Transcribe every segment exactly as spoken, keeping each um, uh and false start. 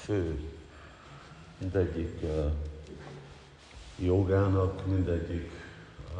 fő. Mindegyik uh, jogának, mindegyik uh,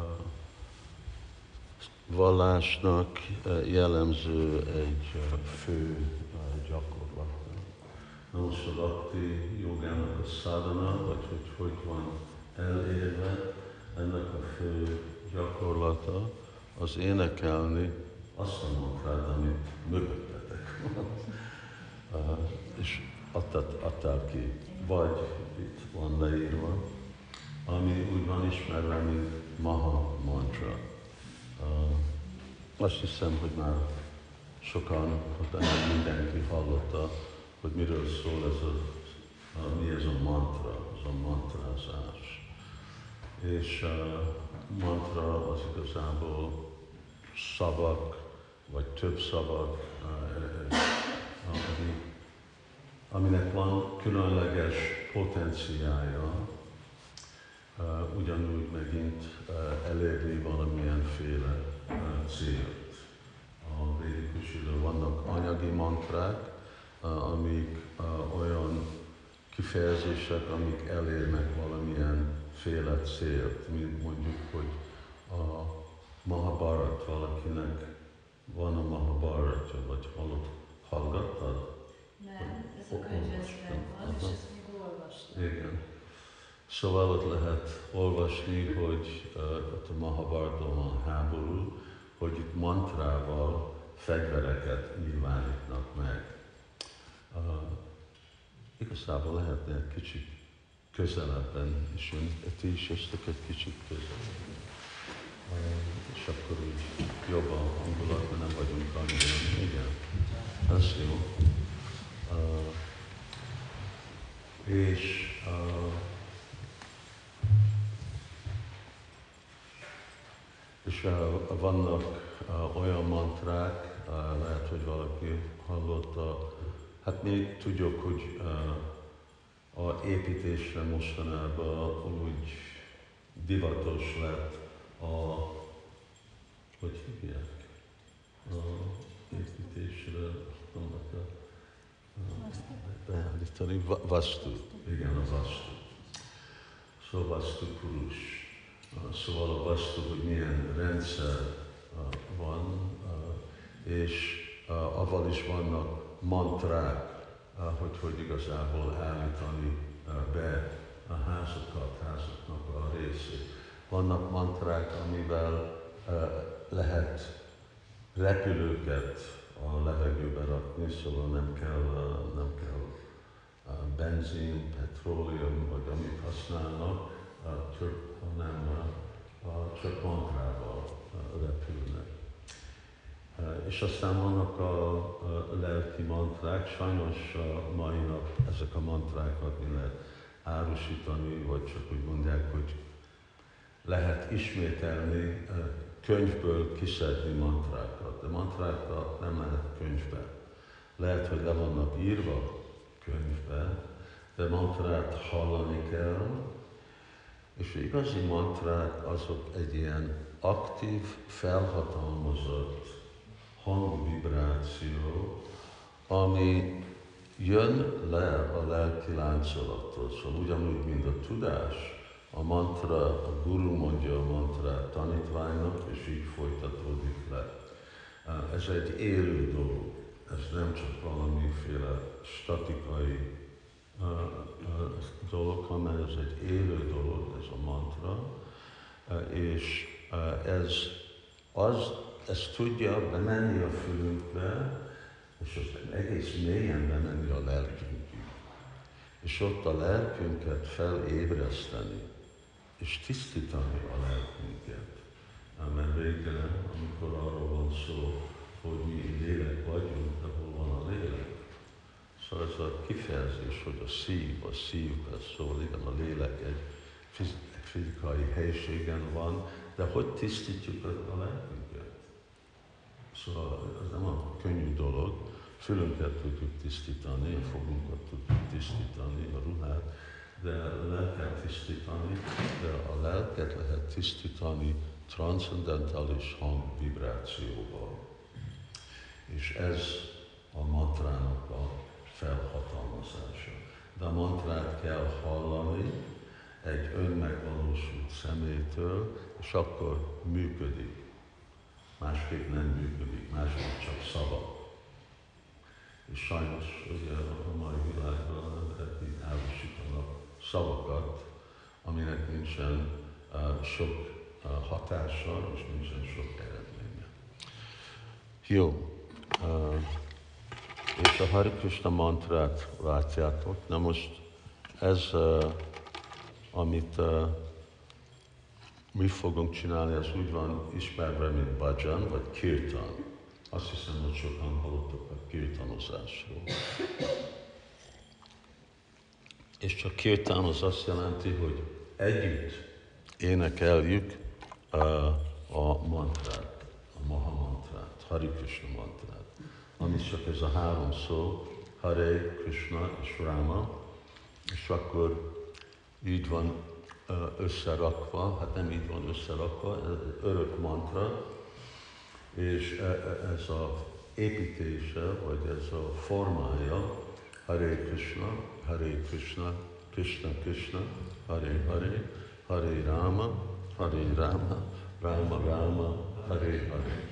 vallásnak uh, jellemző egy uh, fő uh, gyakorlat. Most a bhakti jogának a sadhana, vagy hogy hogy van elérve, ennek a fő gyakorlata az énekelni azt a mantrát, amit mögöttetek van. Uh, és adtad, adtál ki, vagy itt van leírva, ami úgy van ismerve, mint Maha mantra. Uh, azt hiszem, hogy már sokan, hogy mindenki hallotta, hogy miről szól ez a, a mi ez a mantra, ez a mantrázás. És uh, mantra az igazából szavak, vagy több szavak, uh, ami, aminek van különleges potenciája, uh, ugyanúgy megint uh, elérni valamilyenféle uh, célt. A védikus időben vannak anyagi mantrák, uh, amik uh, olyan kifejezések, amik elérnek valamilyen féle célt, mint mondjuk, hogy a Mahabharat, valakinek van a Mahabharatja, vagy hallott, hallgattad? Nem, ez a könyvben van, és ezt még olvastam. Igen. Szóval ott lehet olvasni, hogy uh, ott a Mahabharatban van háború, hogy itt mantrával fegyvereket nyilvánítnak meg. Uh, igazából lehetne egy kicsit közelebben, és ti is jöttek egy kicsit közelebben. Uh, és akkor úgy jobb a hangulat, mert nem vagyunk annyira. Igen, ez jó. Uh, és uh, és uh, vannak uh, olyan mantrák, uh, lehet, hogy valaki hallotta, hát mi tudjuk, hogy uh, a építésre mostanában úgy divatos lett a, hogy hívják, a építésre, annak a, beállítani, vastu, igen, a vastu. Szóval vastu kurus. Szóval a vastu, hogy milyen rendszer van, és avval is vannak mantrák, hogy hogy igazából állítani be a házakat, házaknak a részét. Vannak mantrák, amivel lehet repülőket a levegőbe rakni, szóval nem kell, nem kell benzin, petróleum, vagy amit használnak, hanem csak mantrával repülnek. És aztán vannak a lelki mantrák, sajnos a mai nap ezek a mantrákat mi lehet árusítani, vagy csak úgy mondják, hogy lehet ismételni, könyvből kiszedni mantrákat. De mantrákat nem lehet könyvbe. Lehet, hogy le vannak írva könyvbe, de mantrát hallani kell, és igazi mantrák azok egy ilyen aktív, felhatalmazott hangvibráció, ami jön le a lelki láncolattól. Szóval ugyanúgy, mint a tudás, a mantra, a guru mondja a mantrát tanítványnak, és így folytatódik le. Ez egy élő dolog, ez nem csak valamiféle statikai uh, uh, dolog, hanem ez egy élő dolog, ez a mantra, uh, és uh, ez az, ez tudja bemenni a fülünkbe, és aztán egész mélyen bemenni a lelkünkbe. És ott a lelkünket felébreszteni, és tisztítani a lelkünket. Mert végre, amikor arról van szó, hogy mi lélek vagyunk, de hol van a lélek. Szóval ez a kifejezés, hogy a szív, a szív, ez szól, igen, a lélek egy fizikai helyiségen van, de hogy tisztítjuk a lelkünket? Szóval ez nem a könnyű dolog, fülünket tudjuk tisztítani, a fogunkat tudjuk tisztítani, a ruhát, de a lelket tisztítani, de a lelket lehet tisztítani transzendentális hangvibrációval. És ez a mantrának a felhatalmazása. de a mantrát kell hallani egy önmegvalósult személytől, és akkor működik. Másképp nem működik, másképp csak szavak. És sajnos ugye a mai világban emberek így elvasítanak szavakat, aminek nincsen uh, sok uh, hatása, és nincsen sok eredménye. Jó. Uh, és a Hare Krishna mantrát látjátok. Na most ez, uh, amit uh, mi fogunk csinálni, ez úgy van ismerve, mint bhajan, vagy kirtan. Azt hiszem, hogy sokan hallottak a kirtanozásról. És csak kirtan az azt jelenti, hogy együtt énekeljük uh, a mantrát, a Maha mantrát, Hare Krishna mantrát. Ami csak ez a három szó, Hare Krishna és Rama, és akkor így van összerakva, hát nem így van összerakva, ez örök mantra, és ez az építése, vagy ez a formája, Hare Krishna, Hare Krishna, Krishna Krishna, Hare Hare, Hare Rama, Hare Rama, Rama Rama, Hare Hare.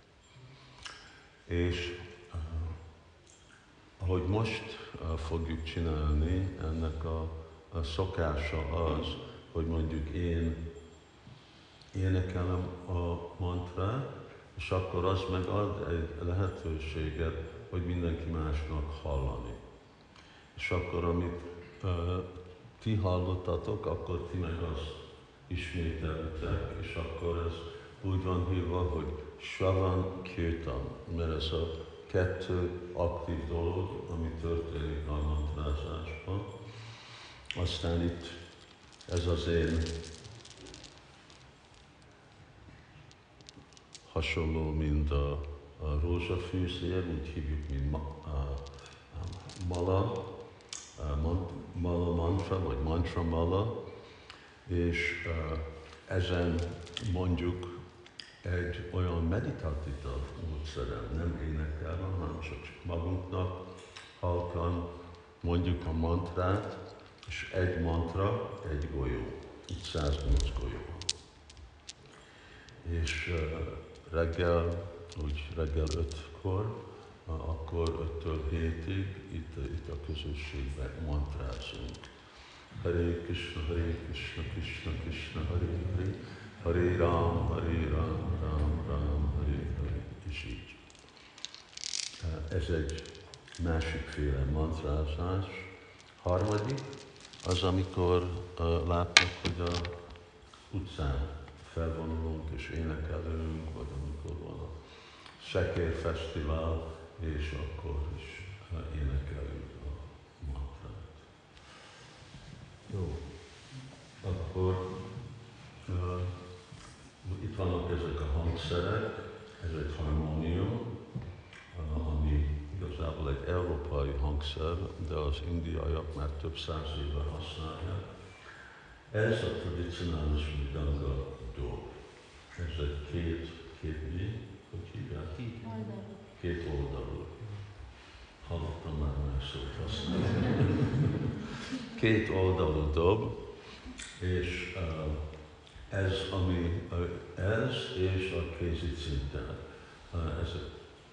És uh, ahogy most uh, fogjuk csinálni, ennek a, a szokása az, hogy mondjuk én énekelem a mantrát, és akkor az meg ad egy lehetőséget, hogy mindenki másnak hallani. És akkor, amit uh, ti hallottatok, akkor ti meg azt ismételtek, és akkor ez úgy van hívva, hogy Shravan Kirtan, mert ez a kettő aktív dolog, ami történik a mantrázásban. Aztán itt ez az én hasonló, mint a, a rózsafűszér, úgy hívjuk, mint ma, a, a mala, a man, mala mantra, vagy mantra mala, és uh, ezen mondjuk egy olyan meditatív módszeren, nem énekelve, hanem csak magunknak halkan mondjuk a mantrát, és egy mantra, egy golyó, itt száznyolc golyó. És uh, reggel, úgy reggel ötkor, uh, akkor öttől hétig itt, itt a közösségben mantrázunk. Hare Krishna, Hare Krishna, Krishna Krishna, Hare Hare, Hare Ram, Hare Ram, Ram Ram, Hare Hare, és így. Ez egy másikféle mantrázás. Harmadik, az, amikor uh, látnak, hogy a utcán felvonulunk és énekelünk, vagy amikor van a sekérfesztivál, és akkor is uh, énekelünk a mantrát. Jó, akkor uh, itt vannak ezek a hangszerek, ez egy harmónium, uh, ami igazából egy európai hangszer, de az indiaiak már több száz éve használják. Ez a tradicionális mridanga dob. Ez egy két, két mi, hogy hívják? Két oldalú. Hallottam már más szót használni. Két oldalú dob, és uh, ez, ami uh, ez és a kézi cimter. Uh, ezek,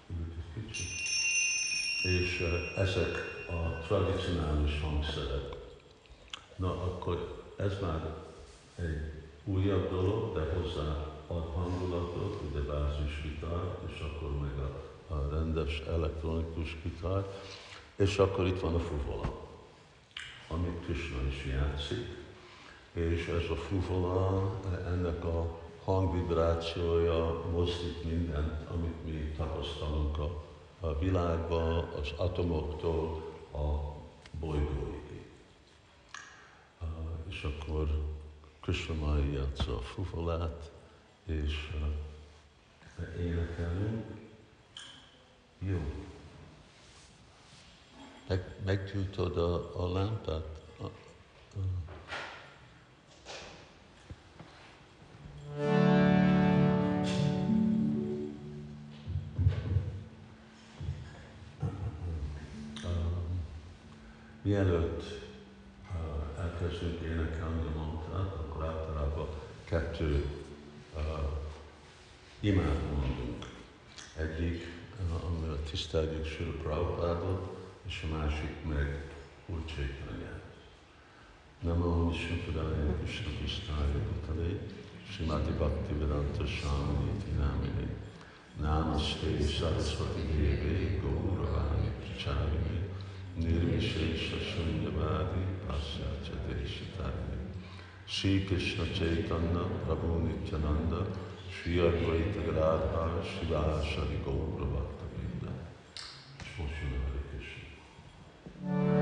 és uh, ezek a tradicionális hangszerek. Na akkor ez már egy újabb dolog, de hozzá ad hangulatot, ugye bázisgitár, és akkor meg a, a rendes elektronikus gitár, és akkor itt van a fuvola, amit Krishna is játszik, és ez a fuvola, ennek a hangvibrációja mozdít mindent, amit mi tapasztalunk a, a világban, az atomoktól a bolygóig. Uh, és akkor Krishna Mai játsza a fuvolát, és uh, énekelünk. Jó. Meg, meggyújtod a, a lámpát? Uh, uh. Mielőtt elkezdünk énekelni a mantrát, akkor általában kettő uh, imát mondunk. Egyik, uh, amivel tiszteljük Srila Prabhupádot, és a másik meg Úr Chaitanyát. Namo Vishnupadaya Krishna Krishnaya Bhutale Srimati Bhakti Vedanta Swami Niti Namine Namaste Saraswati Deve Gauravani Pracharine Nirvishesha Shunyavadi Pasyatya Deshitarine Sri Krishna Chaitanya Prabhu Nityananda Sri Advaita Gadadhar Srivasari Gaura Bhakta Vrinda. És most jön a Hare Krishna.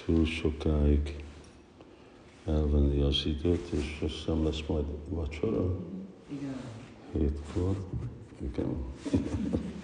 túl sokáig elvenni az időt, és azt hiszem lesz majd vacsora Igen. hétkor. Igen.